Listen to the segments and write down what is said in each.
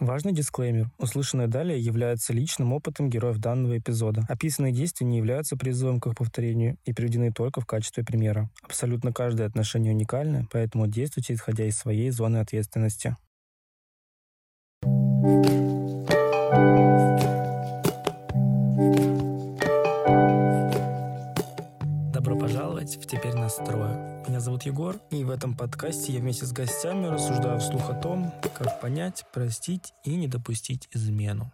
Важный дисклеймер. Услышанное далее является личным опытом героев данного эпизода. Описанные действия не являются призывом к их повторению и приведены только в качестве примера. Абсолютно каждое отношение уникально, поэтому действуйте, исходя из своей зоны ответственности. Добро пожаловать в «Теперь нас трое». Меня зовут Егор, и в этом подкасте я вместе с гостями рассуждаю вслух о том, как понять, простить и не допустить измену.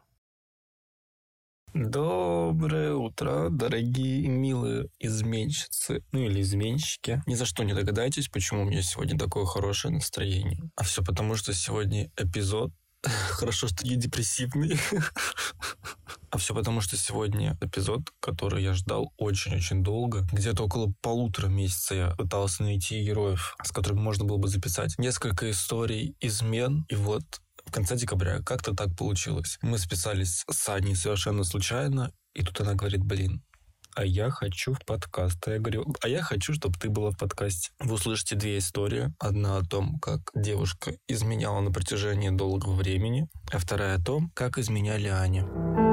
Доброе утро, дорогие и милые изменщицы, или изменщики. Ни за что не догадаетесь, почему у меня сегодня такое хорошее настроение. А все потому, что сегодня эпизод. Хорошо, что не депрессивный. А все потому, что сегодня эпизод, который я ждал очень-очень долго. Где-то около 1,5 месяца я пытался найти героев, с которыми можно было бы записать несколько историй измен. И вот в конце декабря как-то так получилось. Мы списались с Аней совершенно случайно. И тут она говорит: а я хочу в подкаст. А я говорю: а я хочу, чтобы ты была в подкасте. Вы услышите 2 истории. Одна о том, как девушка изменяла на протяжении долгого времени, а вторая о том, как изменяли Ане.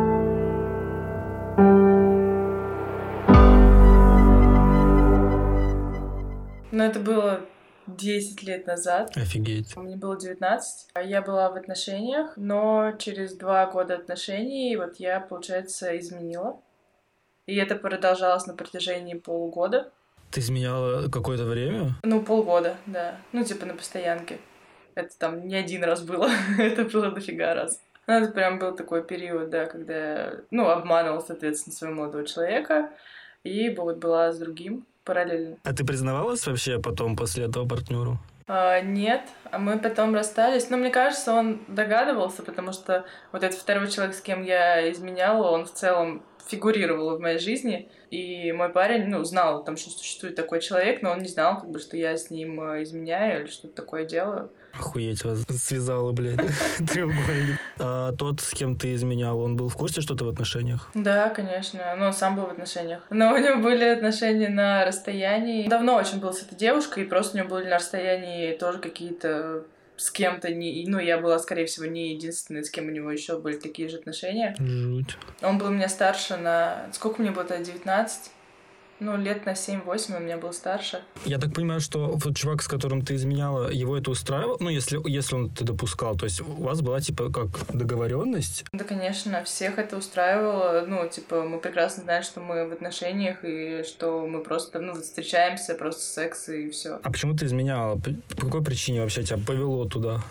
Это было 10 лет назад. Офигеть. Мне было 19. Я была в отношениях, но через 2 года отношений я, получается, изменила. И это продолжалось на протяжении полугода. Ты изменяла какое-то время? Полгода, да. На постоянке. Это там не один раз было. Это было дофига раз. Это прям был такой период, да, когда я, обманывала, соответственно, своего молодого человека. И была с другим параллельно. А ты признавалась вообще потом после этого партнеру? Нет, мы потом расстались. Но мне кажется, он догадывался, потому что этот второй человек, с кем я изменяла, он в целом фигурировал в моей жизни. И мой парень, знал, что существует такой человек, но он не знал, что я с ним изменяю или что-то такое делаю. Охуеть, вас связало, блядь, треугольник. А тот, с кем ты изменял, он был в курсе, что ты в отношениях? Да, конечно. Он сам был в отношениях. Но у него были отношения на расстоянии. Давно очень был с этой девушкой, и просто у него были на расстоянии тоже какие-то с кем-то я была, скорее всего, не единственной, с кем у него еще были такие же отношения. Жуть. Он был меня старше на... Сколько мне было тогда? 19? Лет на 7-8 он меня был старше. Я так понимаю, что чувак, с которым ты изменяла, его это устраивало? Если он это допускал, то есть у вас была, как договоренность? Да, конечно, всех это устраивало. Мы прекрасно знаем, что мы в отношениях, и что мы просто, встречаемся, просто секс, и все. А почему ты изменяла? По какой причине вообще тебя повело туда?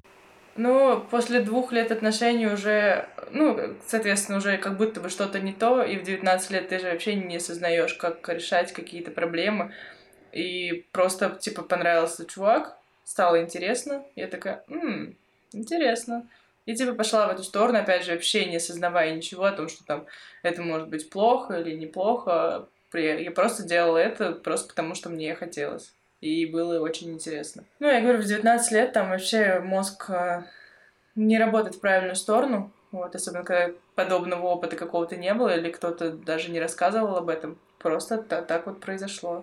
После 2 лет отношений уже, соответственно, уже как будто бы что-то не то, и в 19 лет ты же вообще не осознаешь, как решать какие-то проблемы. И просто, понравился чувак, стало интересно. Я такая: интересно. И, пошла в эту сторону, опять же, вообще не осознавая ничего о том, что там это может быть плохо или неплохо. Я просто делала это просто потому, что мне хотелось. И было очень интересно. Я говорю, в 19 лет там вообще мозг не работает в правильную сторону. Особенно, когда подобного опыта какого-то не было, или кто-то даже не рассказывал об этом. Просто так произошло.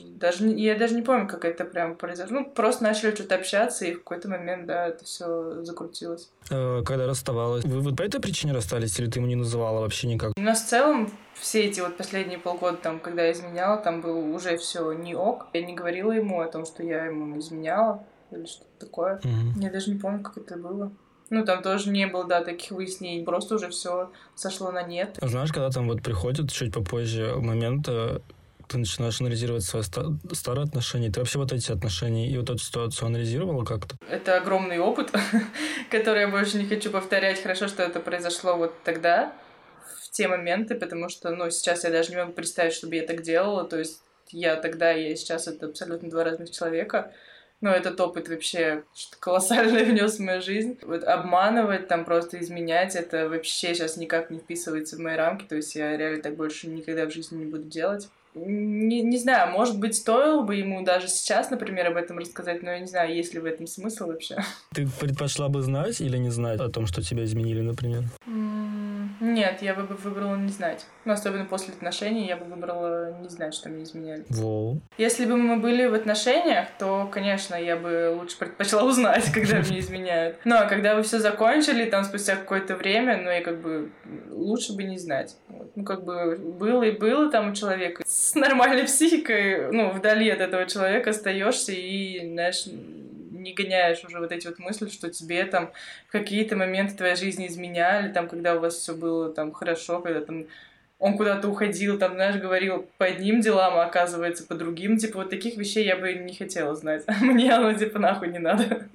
Я даже не помню, как это прям произошло. Просто начали что-то общаться, и в какой-то момент, да, это все закрутилось. Когда расставалась, вы по этой причине расстались, или ты ему не называла вообще никак? У нас в целом все эти последние полгода, когда я изменяла, там было уже все не ок. Я не говорила ему о том, что я ему изменяла или что-то такое. Я даже не помню, как это было. Там тоже не было, да, таких выяснений. Просто уже все сошло на нет. Знаешь, когда там приходит чуть попозже момент, ты начинаешь анализировать свои старые отношения. Ты вообще эти отношения и эту ситуацию анализировала как-то? Это огромный опыт, который я больше не хочу повторять. Хорошо, что это произошло тогда, в те моменты, потому что, сейчас я даже не могу представить, чтобы я так делала. То есть я тогда и я сейчас — это абсолютно 2 разных человека. Этот опыт вообще что-то колоссальное внес в мою жизнь. Обманывать, просто изменять, это вообще сейчас никак не вписывается в мои рамки. То есть я реально так больше никогда в жизни не буду делать. Не знаю, может быть, стоило бы ему даже сейчас, например, об этом рассказать, но я не знаю, есть ли в этом смысл вообще. Ты предпочла бы знать или не знать о том, что тебя изменили, например? Нет, я бы выбрала не знать. Ну, особенно после отношений я бы выбрала не знать, что мне изменяли. Воу. Если бы мы были в отношениях, то, конечно, я бы лучше предпочла узнать, когда мне изменяют. Ну, а когда вы все закончили, там, спустя какое-то время, ну, и как бы лучше бы не знать. Вот. Ну, как бы было и было там у человека. С нормальной психикой, ну, вдали от этого человека остаешься и, знаешь, не гоняешь уже вот эти вот мысли, что тебе там в какие-то моменты твоей жизни изменяли, там, когда у вас все было там хорошо, когда там он куда-то уходил, там, знаешь, говорил по одним делам, а оказывается по другим. Типа, вот таких вещей я бы не хотела знать. Мне оно, типа, нахуй не надо.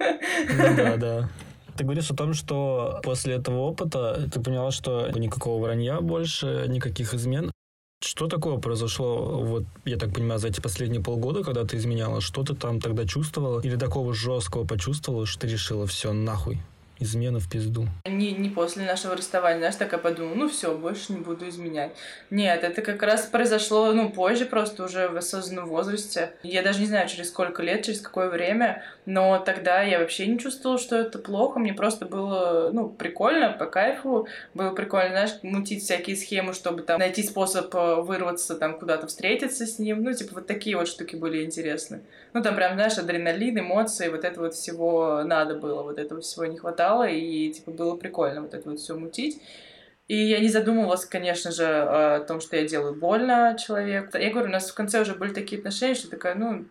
Да. Ты говоришь о том, что после этого опыта ты поняла, что никакого вранья больше, никаких измен. Что такое произошло, вот, я так понимаю, за эти последние полгода, когда ты изменяла? Что ты там тогда чувствовала? Или такого жесткого почувствовала, что ты решила, все, нахуй, измена в пизду? Не после нашего расставания, знаешь, так я подумала, ну все, больше не буду изменять. Нет, это как раз произошло, ну, позже, просто уже в осознанном возрасте. Я даже не знаю, через сколько лет, через какое время, но тогда я вообще не чувствовала, что это плохо, мне просто было, ну, прикольно, по кайфу, было прикольно, знаешь, мутить всякие схемы, чтобы там найти способ вырваться, там, куда-то встретиться с ним, ну, типа, вот такие вот штуки были интересны. Ну, там прям, знаешь, адреналин, эмоции, вот это вот всего надо было, вот этого всего не хватало, и, типа, было прикольно вот это вот все мутить. И я не задумывалась, конечно же, о том, что я делаю больно человеку. Я говорю, у нас в конце уже были такие отношения, что такая, ну,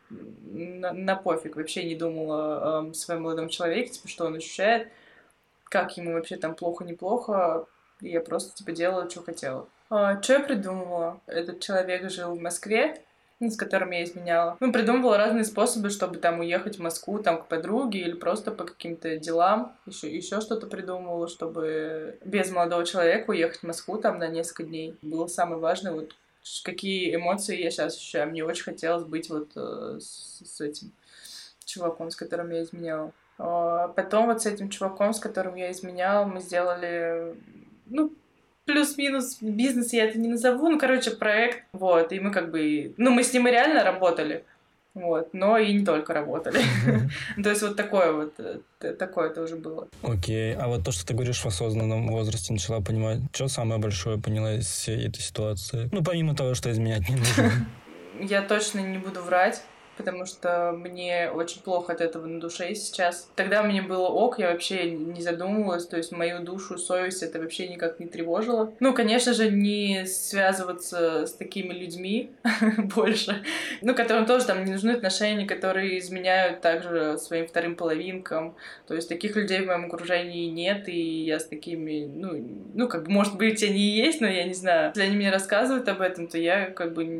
на пофиг. Вообще не думала о своем молодом человеке, типа, что он ощущает, как ему вообще там плохо-неплохо. И я просто, типа, делала, что хотела. Что я придумывала? Этот человек жил в Москве, с которым я изменяла. Ну, придумывала разные способы, чтобы там уехать в Москву, там, к подруге или просто по каким-то делам. Еще что-то придумывала, чтобы без молодого человека уехать в Москву там на несколько дней. Было самое важное, вот какие эмоции я сейчас ощущаю. Мне очень хотелось быть вот с этим чуваком, с которым я изменяла. Потом вот с этим чуваком, с которым я изменяла, мы сделали, ну, плюс-минус бизнес, я это не назову, ну, короче, проект, вот, и мы как бы, ну, мы с ним и реально работали, вот, но и не только работали. То есть вот такое тоже было. Окей, а вот то, что ты говоришь в осознанном возрасте, начала понимать, что самое большое поняла из всей этой ситуации? Ну, помимо того, что изменять не нужно. Я точно не буду врать, потому что мне очень плохо от этого на душе сейчас. Тогда мне было ок, я вообще не задумывалась, то есть мою душу, совесть это вообще никак не тревожило. Ну, конечно же, не связываться с такими людьми больше, ну, которым тоже там не нужны отношения, которые изменяют также своим вторым половинкам. То есть таких людей в моем окружении нет, и я с такими, ну, как бы, может быть, они и есть, но я не знаю. Если они мне рассказывают об этом, то я как бы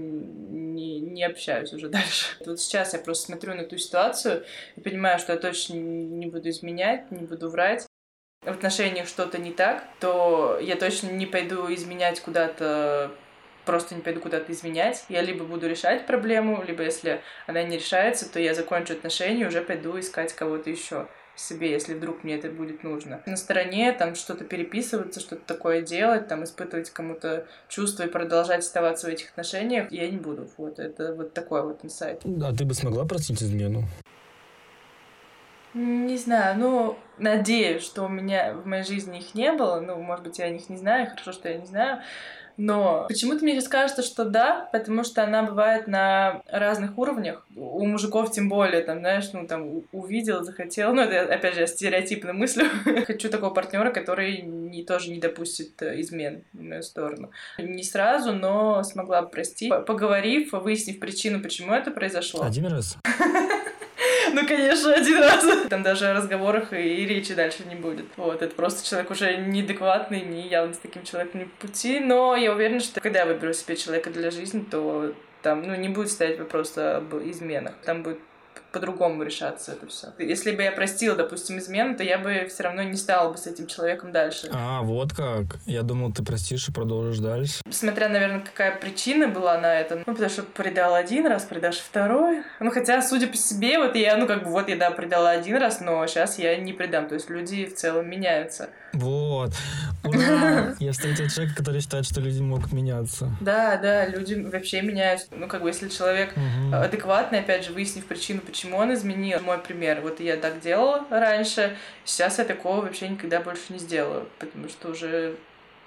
не общаюсь уже дальше. Вот сейчас я просто смотрю на ту ситуацию и понимаю, что я точно не буду изменять, не буду врать. В отношениях что-то не так, то я точно не пойду изменять куда-то, просто не пойду куда-то изменять. Я либо буду решать проблему, либо если она не решается, то я закончу отношения и уже пойду искать кого-то еще себе, если вдруг мне это будет нужно. На стороне там что-то переписываться, что-то такое делать, там испытывать кому-то чувства и продолжать оставаться в этих отношениях я не буду. Вот это вот такой вот инсайт. А ты бы смогла простить измену? Не знаю, ну, надеюсь, что у меня в моей жизни их не было. Ну, может быть, я о них не знаю, хорошо, что я не знаю. Но почему-то мне сейчас кажется, что да, потому что она бывает на разных уровнях. У мужиков тем более, там, знаешь, ну, там, увидел, захотел. Ну, это, опять же, я стереотипно мыслю. Хочу такого партнера, который тоже не допустит измен в мою сторону. Не сразу, но смогла бы простить. Поговорив, выяснив причину, почему это произошло. Один раз? Ну, конечно, один раз. Там даже о разговорах и речи дальше не будет. Вот, это просто человек уже неадекватный, не явно с таким человеком не по пути. Но я уверена, что когда я выберу себе человека для жизни, то там, ну, не будет стоять вопрос об изменах. Там будет по-другому решаться это все. Если бы я простила, допустим, измену, то я бы все равно не стала бы с этим человеком дальше. А, вот как. Я думал, ты простишь и продолжишь дальше. Смотря, наверное, какая причина была на это. Ну, потому что предала один раз, предашь второй. Ну, хотя, судя по себе, вот я, ну, как бы, вот я, да, предала один раз, но сейчас я не предам. То есть люди в целом меняются. Вот. Ура! Я встретил человека, который считает, что люди могут меняться. Да, люди вообще меняются. Ну, как бы, если человек адекватный, опять же, выяснив причину, почему он изменил. Мой пример. Вот я так делала раньше, сейчас я такого вообще никогда больше не сделаю, потому что уже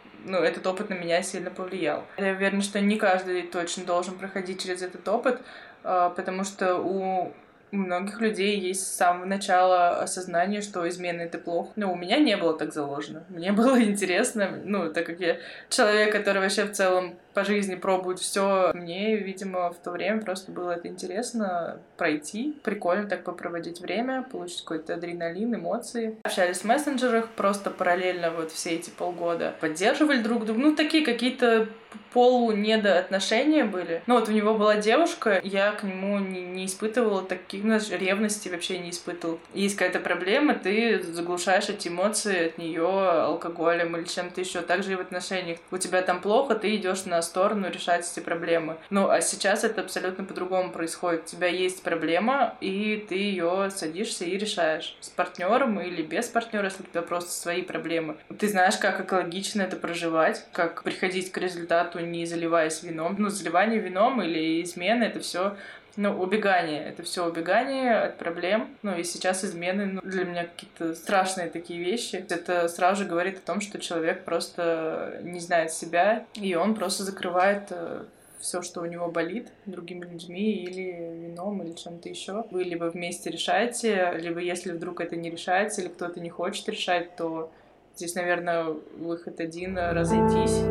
этот опыт на меня сильно повлиял. Я уверена, что не каждый точно должен проходить через этот опыт, потому что у многих людей есть с самого начала осознание, что измена — это плохо. У меня не было так заложено. Мне было интересно, так как я человек, который вообще в целом по жизни пробует все. Мне, видимо, в то время просто было это интересно пройти. Прикольно так попроводить время, получить какой-то адреналин, эмоции. Общались в мессенджерах просто параллельно все эти полгода. Поддерживали друг друга. Такие какие-то полу-недоотношения были. У него была девушка, я к нему не испытывала таких, ревности вообще не испытывала. Есть какая-то проблема, ты заглушаешь эти эмоции от нее алкоголем или чем-то еще. Также и в отношениях. У тебя там плохо, ты идешь на сторону решать эти проблемы. А сейчас это абсолютно по-другому происходит. У тебя есть проблема, и ты ее садишься и решаешь. С партнером или без партнера, если у тебя просто свои проблемы. Ты знаешь, как экологично это проживать, как приходить к результату, не заливаясь вином. Заливание вином или измена — это все убегание. Это все убегание от проблем. И сейчас измены для меня какие-то страшные такие вещи. Это сразу же говорит о том, что человек просто не знает себя, и он просто закрывает все, что у него болит, другими людьми или вином, или чем-то еще. Вы либо вместе решаете, либо если вдруг это не решается, или кто-то не хочет решать, то здесь, наверное, выход один — разойтись.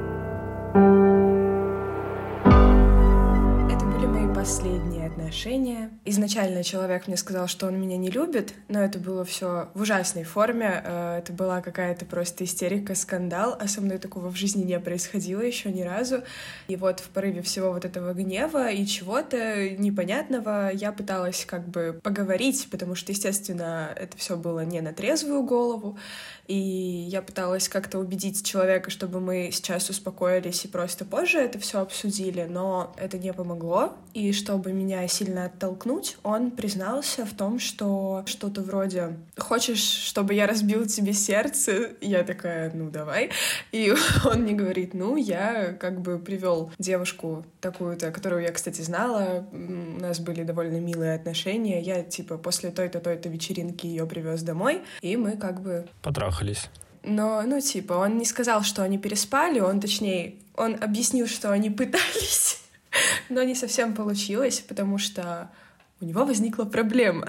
Последние отношения. Изначально человек мне сказал, что он меня не любит, но это было все в ужасной форме. Это была какая-то просто истерика, скандал, а со мной такого в жизни не происходило еще ни разу. И в порыве всего этого гнева и чего-то непонятного я пыталась поговорить, потому что, естественно, это все было не на трезвую голову. И я пыталась как-то убедить человека, чтобы мы сейчас успокоились и просто позже это все обсудили, но это не помогло. И чтобы меня сильно оттолкнуть, он признался в том, что что-то вроде «Хочешь, чтобы я разбил тебе сердце?» Я такая «Давай». И он мне говорит я привел девушку такую-то, которую я, кстати, знала. У нас были довольно милые отношения. Я, после той-то, той-то вечеринки ее привез домой, и мы потрахались. Но, он не сказал, что они переспали, он объяснил, что они пытались, но не совсем получилось, потому что у него возникла проблема.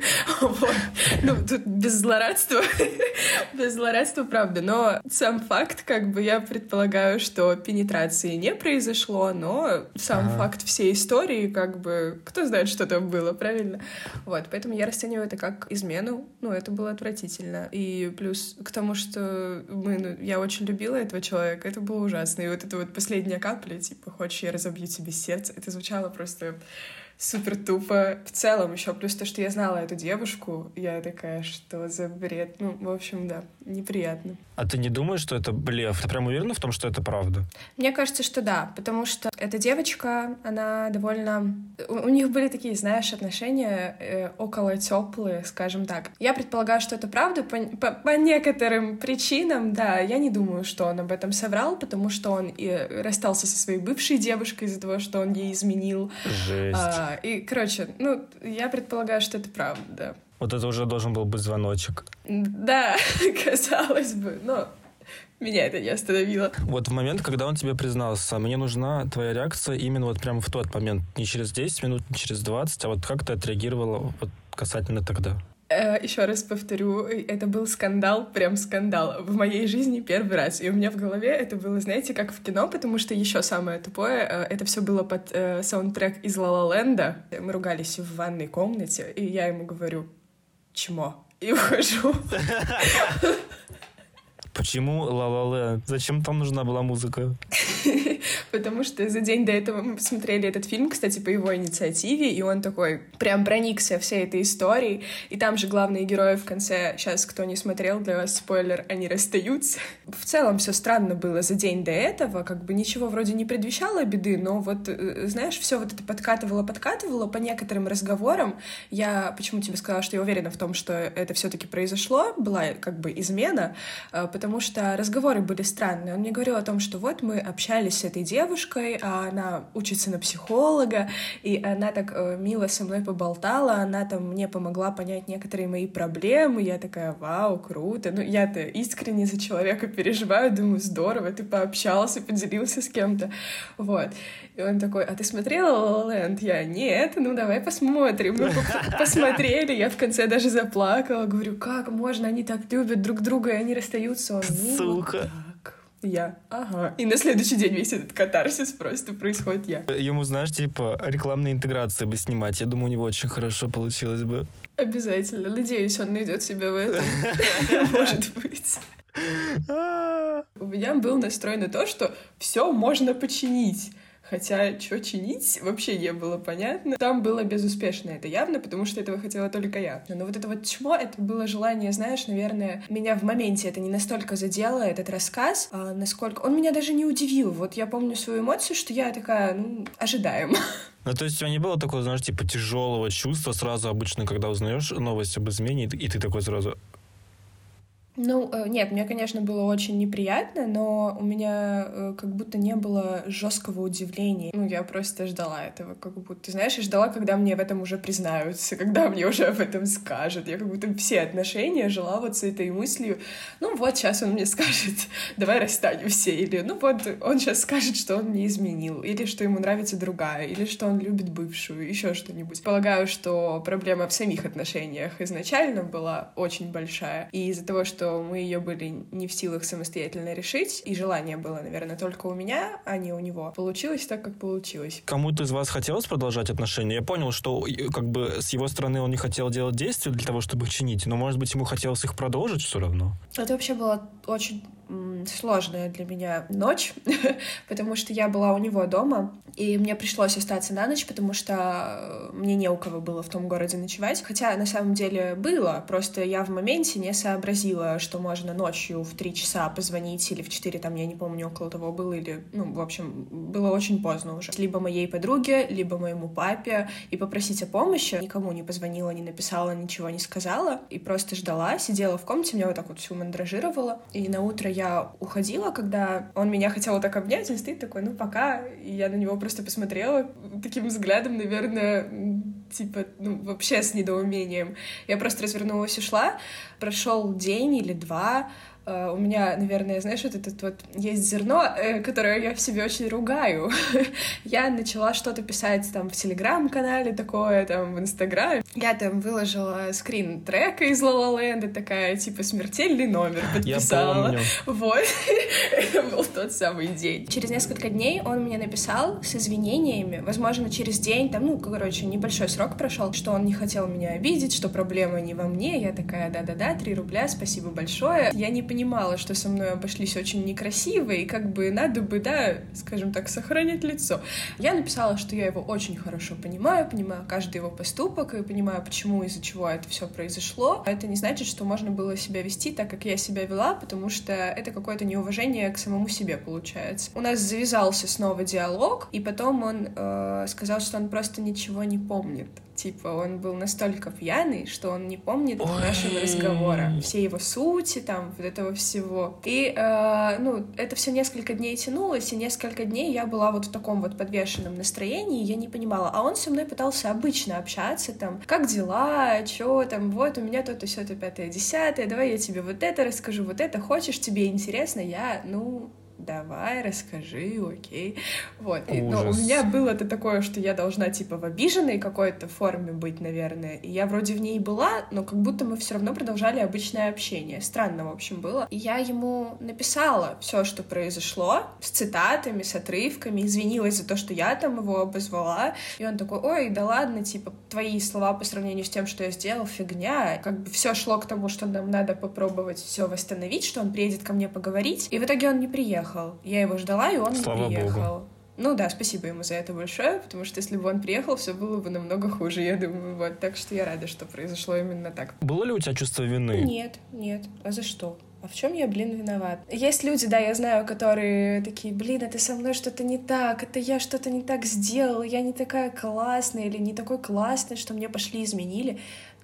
Тут без злорадства, правда, но сам факт, я предполагаю, что пенетрации не произошло, но сам факт всей истории, кто знает, что там было, правильно? Поэтому я расцениваю это как измену, это было отвратительно. И плюс к тому, что я очень любила этого человека, это было ужасно. И эта последняя капля, «Хочешь, я разобью тебе сердце», это звучало просто супер тупо. В целом еще плюс то, что я знала эту девушку, я такая, что за бред. В общем, да, неприятно. А ты не думаешь, что это блеф? Ты прям уверена в том, что это правда? Мне кажется, что да, потому что эта девочка, она довольно... У них были такие, отношения около теплые, скажем так. Я предполагаю, что это правда по некоторым причинам, да. Я не думаю, что он об этом соврал, потому что он и расстался со своей бывшей девушкой из-за того, что он ей изменил. Жесть. И, я предполагаю, что это правда, да. Это уже должен был быть звоночек. Да, казалось бы, но меня это не остановило. В момент, когда он тебе признался, мне нужна твоя реакция именно прямо в тот момент. Не через 10 минут, не через 20, а как ты отреагировала касательно тогда? Еще раз повторю, это был скандал, прям скандал. В моей жизни первый раз. И у меня в голове это было, знаете, как в кино, потому что еще самое тупое, это все было под саундтрек из «Ла Ла Ленда». Мы ругались в ванной комнате, и я ему говорю «Чмо?» и ухожу. Почему «Ла Ла Ленд»? Зачем там нужна была музыка? Потому что за день до этого мы посмотрели этот фильм, кстати, по его инициативе, и он такой прям проникся всей этой историей. И там же главные герои в конце, сейчас кто не смотрел, для вас спойлер, они расстаются. В целом все странно было за день до этого, ничего вроде не предвещало беды, но знаешь, все это подкатывало по некоторым разговорам. Я почему тебе сказала, что я уверена в том, что это все-таки произошло, была измена, потому что разговоры были странные. Он мне говорил о том, что мы общались с этой девушкой, а она учится на психолога, и она так мило со мной поболтала, она там мне помогла понять некоторые мои проблемы, я такая, вау, круто, ну я-то искренне за человека переживаю, думаю, здорово, ты пообщался, поделился с кем-то, вот. И он такой, а ты смотрела «Ла Ла Ленд»? Я, нет, ну давай посмотрим. Мы посмотрели, я в конце даже заплакала, говорю, как можно, они так любят друг друга, и они расстаются. Он, ну, Сука. вот так. Я, ага. И на следующий день весь этот катарсис просто происходит я. Ему, знаешь, типа, рекламные интеграции бы снимать. Я думаю, у него очень хорошо получилось бы. Обязательно. Надеюсь, он найдет себя в этом. Может быть. У меня был настрой на то, что все можно починить. Хотя, что чинить, вообще не было понятно. Там было безуспешно, это явно, потому что этого хотела только я. Но вот это вот чмо, это было желание, знаешь, наверное, меня в моменте это не настолько задело, этот рассказ, насколько... Он меня даже не удивил. Вот я помню свою эмоцию, что я такая, ну, ожидаем. Ну, то есть у тебя не было такого, знаешь, типа тяжелого чувства сразу обычно, когда узнаешь новость об измене, и ты такой сразу... Ну, нет, мне, конечно, было очень неприятно, но у меня как будто не было жесткого удивления. Ну, я просто ждала этого, как будто, знаешь, и ждала, когда мне в этом уже признаются, когда мне уже об этом скажут. Я как будто все отношения жила вот с этой мыслью, ну вот, сейчас он мне скажет, давай расстанемся, или ну вот, он сейчас скажет, что он мне изменил, или что ему нравится другая, или что он любит бывшую, еще что-нибудь. Полагаю, что проблема в самих отношениях изначально была очень большая, и из-за того, что мы ее были не в силах самостоятельно решить, и желание было, наверное, только у меня, а не у него. Получилось так, как получилось. Кому-то из вас хотелось продолжать отношения? Я понял, что как бы с его стороны он не хотел делать действия для того, чтобы их чинить, но, может быть, ему хотелось их продолжить все равно? Это вообще была очень сложная для меня ночь, потому что я была у него дома, и мне пришлось остаться на ночь, потому что мне не у кого было в том городе ночевать. Хотя на самом деле было, просто я в моменте не сообразила, что можно ночью в 3 часа позвонить или в 4, там, я не помню, около того было, или, ну, в общем, было очень поздно уже. Либо моей подруге, либо моему папе, и попросить о помощи. Никому не позвонила, не написала, ничего не сказала, и просто ждала, сидела в комнате, меня вот так вот всю мандражировало, и на утро я уходила, когда он меня хотел так обнять, он стоит такой, ну, пока, и я на него просто посмотрела таким взглядом, наверное, типа, ну, вообще с недоумением. Я просто развернулась и ушла. Прошел день или 2, у меня, наверное, знаешь, вот этот вот есть зерно, которое я в себе очень ругаю. Я начала что-то писать там в Телеграм-канале такое, там в Инстаграме. Я там выложила скрин трека из «Ла Ла Ленда», такая, типа, смертельный номер подписала. Я помню. Вот. Это был тот самый день. Через несколько дней он мне написал с извинениями, возможно, через день, там, ну, короче, небольшой срок прошел, что он не хотел меня обидеть, что проблема не во мне. Я такая, да-да-да, 3 рубля, спасибо большое. Я не понимала, что со мной обошлись очень некрасиво, и как бы надо бы, да, скажем так, сохранять лицо. Я написала, что я его очень хорошо понимаю каждый его поступок, и понимаю, почему, из-за чего это все произошло. Это не значит, что можно было себя вести так, как я себя вела, потому что это какое-то неуважение к самому себе, получается. У нас завязался снова диалог, и потом он сказал, что он просто ничего не помнит. Типа, он был настолько пьяный, что он не помнит нашего разговора, все его сути, там, вот этого всего. И, ну, это все несколько дней тянулось, и несколько дней я была вот в таком вот подвешенном настроении, я не понимала. А он со мной пытался обычно общаться, там, как дела, чё там, вот, у меня то-то, сё-то, 5-е, 10-е, давай я тебе вот это расскажу, вот это хочешь, тебе интересно, я, ну... Давай, расскажи, окей. Вот. Но у меня было это такое, что я должна, типа, в обиженной какой-то форме быть, наверное. И я вроде в ней была, но как будто мы все равно продолжали обычное общение. Странно, в общем, было. И я ему написала все, что произошло, с цитатами, с отрывками, извинилась за то, что я там его обозвала. И он такой, ой, да ладно, типа, твои слова по сравнению с тем, что я сделал, фигня. Как бы все шло к тому, что нам надо попробовать все восстановить, что он приедет ко мне поговорить. И в итоге он не приехал. Я его ждала, и он не приехал. Богу. Ну да, спасибо ему за это большое, потому что если бы он приехал, все было бы намного хуже, я думаю. Вот. Так что я рада, что произошло именно так. Было ли у тебя чувство вины? Нет. А за что? А в чем я, виноват? Есть люди, да, я знаю, которые такие, это со мной что-то не так, это я что-то не так сделала, я не такая классная или не такой классный, что мне пошли изменили.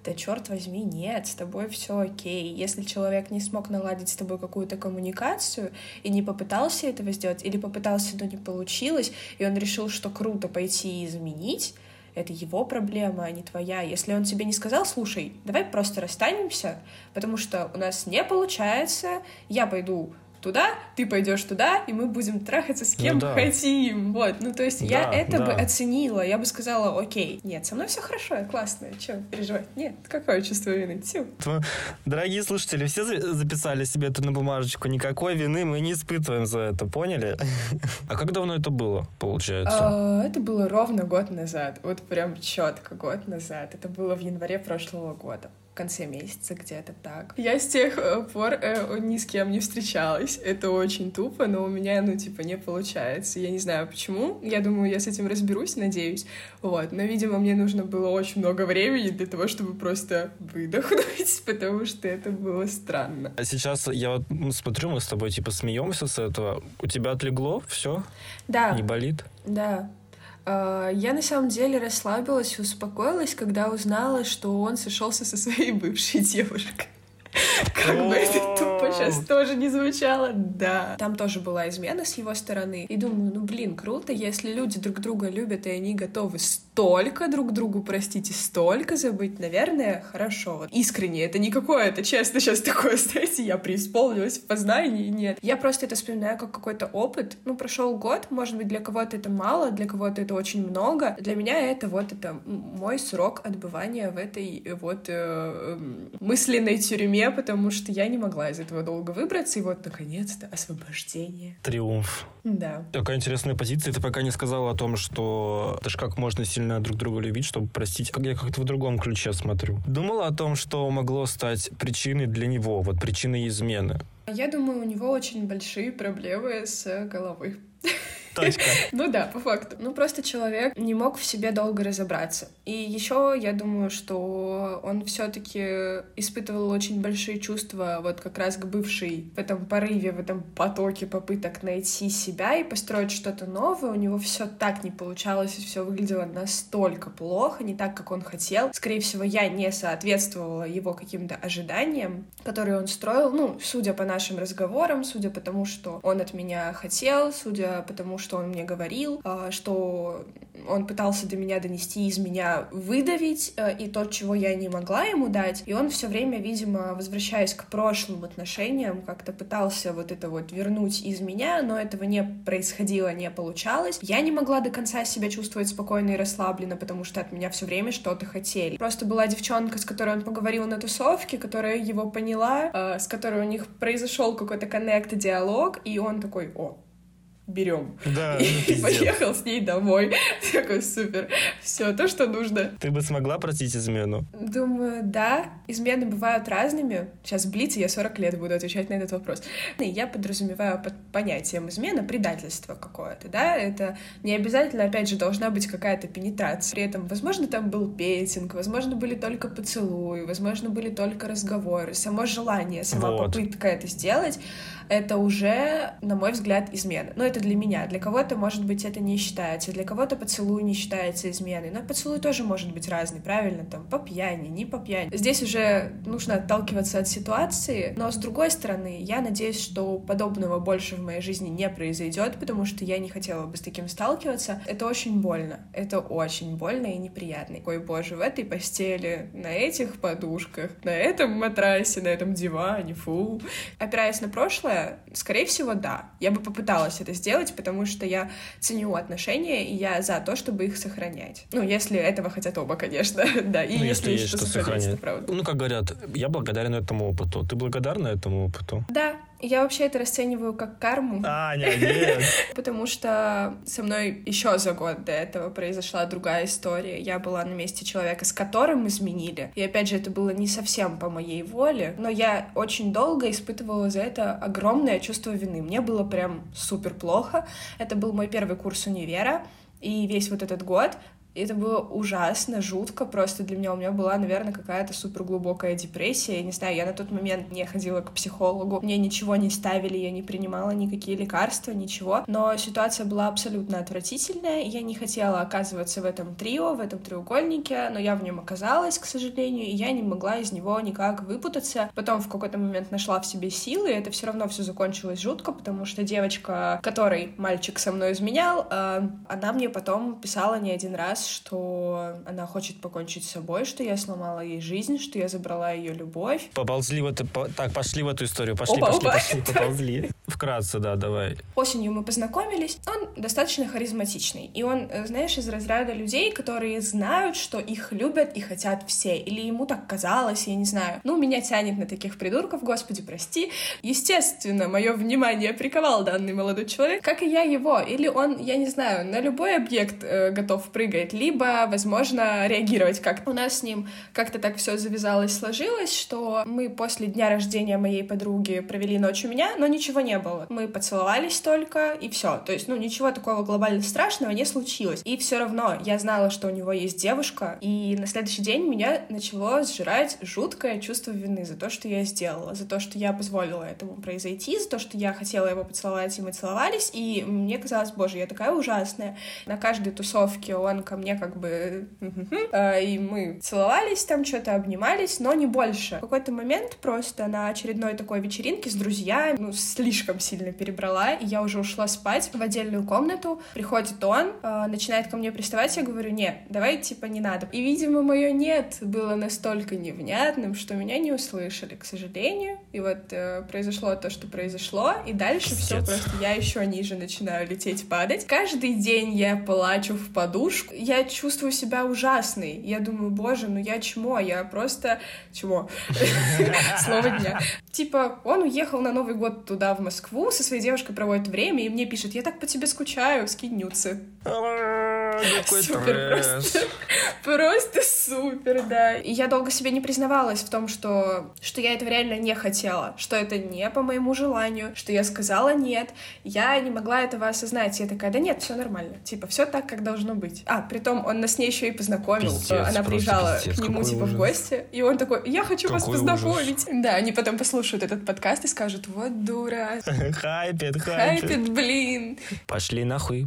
Да черт возьми, нет, с тобой все окей. Если человек не смог наладить с тобой какую-то коммуникацию и не попытался этого сделать, или попытался, но не получилось, и он решил, что круто пойти и изменить, это его проблема, а не твоя. Если он тебе не сказал, слушай, давай просто расстанемся, потому что у нас не получается, я пойду туда, ты пойдешь туда, и мы будем трахаться с кем хотим. Вот, ну то есть я это бы оценила, я бы сказала, окей, нет, со мной все хорошо, я классная, чё переживать? Нет, какое чувство вины? Тю. Дорогие слушатели, все записали себе это на бумажечку, никакой вины мы не испытываем за это, поняли? А как давно это было, получается? Это было ровно год назад, вот прям четко год назад. Это было в январе прошлого года. В конце месяца где-то так. Я с тех пор ни с кем не встречалась. Это очень тупо, но у меня, не получается. Я не знаю, почему. Я думаю, я с этим разберусь, надеюсь. Вот. Но, видимо, мне нужно было очень много времени для того, чтобы просто выдохнуть, потому что это было странно. А сейчас я вот смотрю, мы с тобой, смеемся с этого. У тебя отлегло? Все? Да. Не болит? Да. Я на самом деле расслабилась и успокоилась, когда узнала, что он сошелся со своей бывшей девушкой. Как бы это тупо сейчас тоже не звучало. Да. Там тоже была измена с его стороны. И думаю, круто, если люди друг друга любят, и они готовы столько друг другу простить и столько забыть, наверное, хорошо. Вот искренне, это не какое-то, честно, сейчас такое, знаете, я преисполнилась в познании, нет. Я просто это вспоминаю как какой-то опыт. Прошел год, может быть, для кого-то это мало, для кого-то это очень много. Для меня это мой срок отбывания в этой мысленной тюрьме, потому что я не могла из этого долго выбраться, и вот, наконец-то, освобождение. Триумф. Да. Такая интересная позиция. Ты пока не сказала о том, что это ж как можно сильно друг друга любить, чтобы простить. Я как-то в другом ключе смотрю. Думала о том, что могло стать причиной для него, причиной измены. Я думаю, у него очень большие проблемы с головой. Точка. Да, по факту. Просто человек не мог в себе долго разобраться. И еще я думаю, что он все-таки испытывал очень большие чувства как раз к бывшей в этом порыве, в этом потоке попыток найти себя и построить что-то новое. У него все так не получалось, и все выглядело настолько плохо, не так, как он хотел. Скорее всего, я не соответствовала его каким-то ожиданиям, которые он строил, судя по нашим разговорам, судя по тому, что он от меня хотел, судя по тому, что он мне говорил, что он пытался до меня донести, из меня выдавить, и то, чего я не могла ему дать. И он все время, видимо, возвращаясь к прошлым отношениям, как-то пытался это вернуть из меня, но этого не происходило, не получалось. Я не могла до конца себя чувствовать спокойно и расслабленно, потому что от меня все время что-то хотели. Просто была девчонка, с которой он поговорил на тусовке, которая его поняла, с которой у них произошел какой-то коннект, диалог, и он такой: берем. Да, и поехал с ней домой. Такой, супер. Все то, что нужно. Ты бы смогла простить измену? Думаю, да. Измены бывают разными. Сейчас блиц, и я 40 лет буду отвечать на этот вопрос. И я подразумеваю под понятием измена предательство какое-то, да? Это не обязательно, опять же, должна быть какая-то пенетрация. При этом, возможно, там был петинг, возможно, были только поцелуи, возможно, были только разговоры. Само желание, сама попытка это сделать, это уже, на мой взгляд, измена. Но это для меня. Для кого-то, может быть, это не считается. Для кого-то поцелуй не считается изменой. Но поцелуй тоже может быть разный, правильно? По пьяни, не по пьяни. Здесь уже нужно отталкиваться от ситуации. Но, с другой стороны, я надеюсь, что подобного больше в моей жизни не произойдет, потому что я не хотела бы с таким сталкиваться. Это очень больно. Это очень больно и неприятно. Ой, боже, в этой постели, на этих подушках, на этом матрасе, на этом диване, фу. Опираясь на прошлое, скорее всего, да. Я бы попыталась это сделать, потому что я ценю отношения, и я за то, чтобы их сохранять. Если этого хотят оба, конечно. Да, и если есть что сохранять, это правда. Как говорят, я благодарен этому опыту. Ты благодарна этому опыту? Да. Я вообще это расцениваю как карму. Нет. Потому что со мной еще за год до этого произошла другая история. Я была на месте человека, с которым изменили. И опять же, это было не совсем по моей воле, но я очень долго испытывала за это огромное чувство вины. Мне было прям супер плохо. Это был мой первый курс универа. И весь этот год И это было ужасно, жутко просто для меня. У меня была, наверное, какая-то суперглубокая депрессия. Я не знаю, я на тот момент не ходила к психологу, мне ничего не ставили, я не принимала никакие лекарства, ничего. Но ситуация была абсолютно отвратительная, я не хотела оказываться в этом трио, в этом треугольнике, но я в нем оказалась, к сожалению, и я не могла из него никак выпутаться. Потом в какой-то момент нашла в себе силы, и это все равно все закончилось жутко, потому что девочка, которой мальчик со мной изменял, она мне потом писала не один раз, что она хочет покончить с собой, что я сломала ей жизнь, что я забрала ее любовь. Поползли так, пошли в эту историю. Пошли, поползли. Вкратце, да, давай. Осенью мы познакомились. Он достаточно харизматичный. И он, знаешь, из разряда людей, которые знают, что их любят и хотят все. Или ему так казалось, я не знаю. Ну, меня тянет на таких придурков, господи, прости. Естественно, мое внимание приковал данный молодой человек, как и я его. Или он, я не знаю, на любой объект готов прыгать, либо, возможно, реагировать как-то. У нас с ним как-то так все завязалось, сложилось, что мы после дня рождения моей подруги провели ночь у меня, но ничего не было. Мы поцеловались только, и все. То есть, ничего такого глобально страшного не случилось. И все равно я знала, что у него есть девушка, и на следующий день меня начало сжирать жуткое чувство вины за то, что я сделала, за то, что я позволила этому произойти, за то, что я хотела его поцеловать, и мы целовались, и мне казалось, боже, я такая ужасная. На каждой тусовке он ко мне как бы... И мы целовались там, что-то обнимались, но не больше. В какой-то момент просто на очередной такой вечеринке с друзьями, слишком сильно перебрала, и я уже ушла спать в отдельную комнату. Приходит он, начинает ко мне приставать, я говорю, нет, давай, типа, не надо. И, видимо, мое «нет» было настолько невнятным, что меня не услышали, к сожалению. И вот произошло то, что произошло, и дальше все просто я еще ниже начинаю лететь, падать. Каждый день я плачу в подушку, я чувствую себя ужасной. Я думаю, боже, я чмо, я просто чмо. Слово дня. Типа, он уехал на Новый год туда, в Москву, со своей девушкой проводит время, и мне пишет, я так по тебе скучаю, скинь нюцы. Супер, просто супер, да. И я долго себе не признавалась в том, что я этого реально не хотела, что это не по моему желанию, что я сказала нет. Я не могла этого осознать. Я такая, да нет, все нормально. Типа, все так, как должно быть. Притом он нас с ней еще и познакомил. Она приезжала к нему, типа, в гости, и он такой, я хочу вас познакомить. Да, они потом послушают этот подкаст и скажут, вот дура. Хайпит, блин. Пошли нахуй.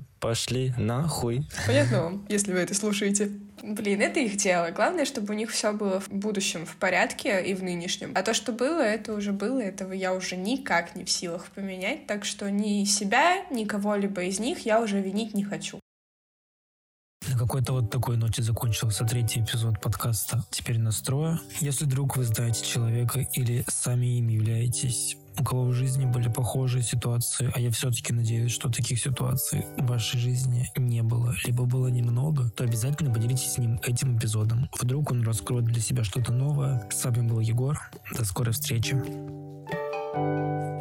Понятно вам, если вы это слушаете. Блин, это их дело. Главное, чтобы у них все было в будущем в порядке и в нынешнем. А то, что было, это уже было. Этого я уже никак не в силах поменять. Так что ни себя, ни кого-либо из них я уже винить не хочу. На какой-то вот такой ноте закончился 3-й эпизод подкаста «Теперь настрое». Если вдруг вы знаете человека или сами им являетесь, у кого в жизни были похожие ситуации, а я все-таки надеюсь, что таких ситуаций в вашей жизни не было, либо было немного, то обязательно поделитесь с ним этим эпизодом. Вдруг он раскроет для себя что-то новое. С вами был Егор. До скорой встречи.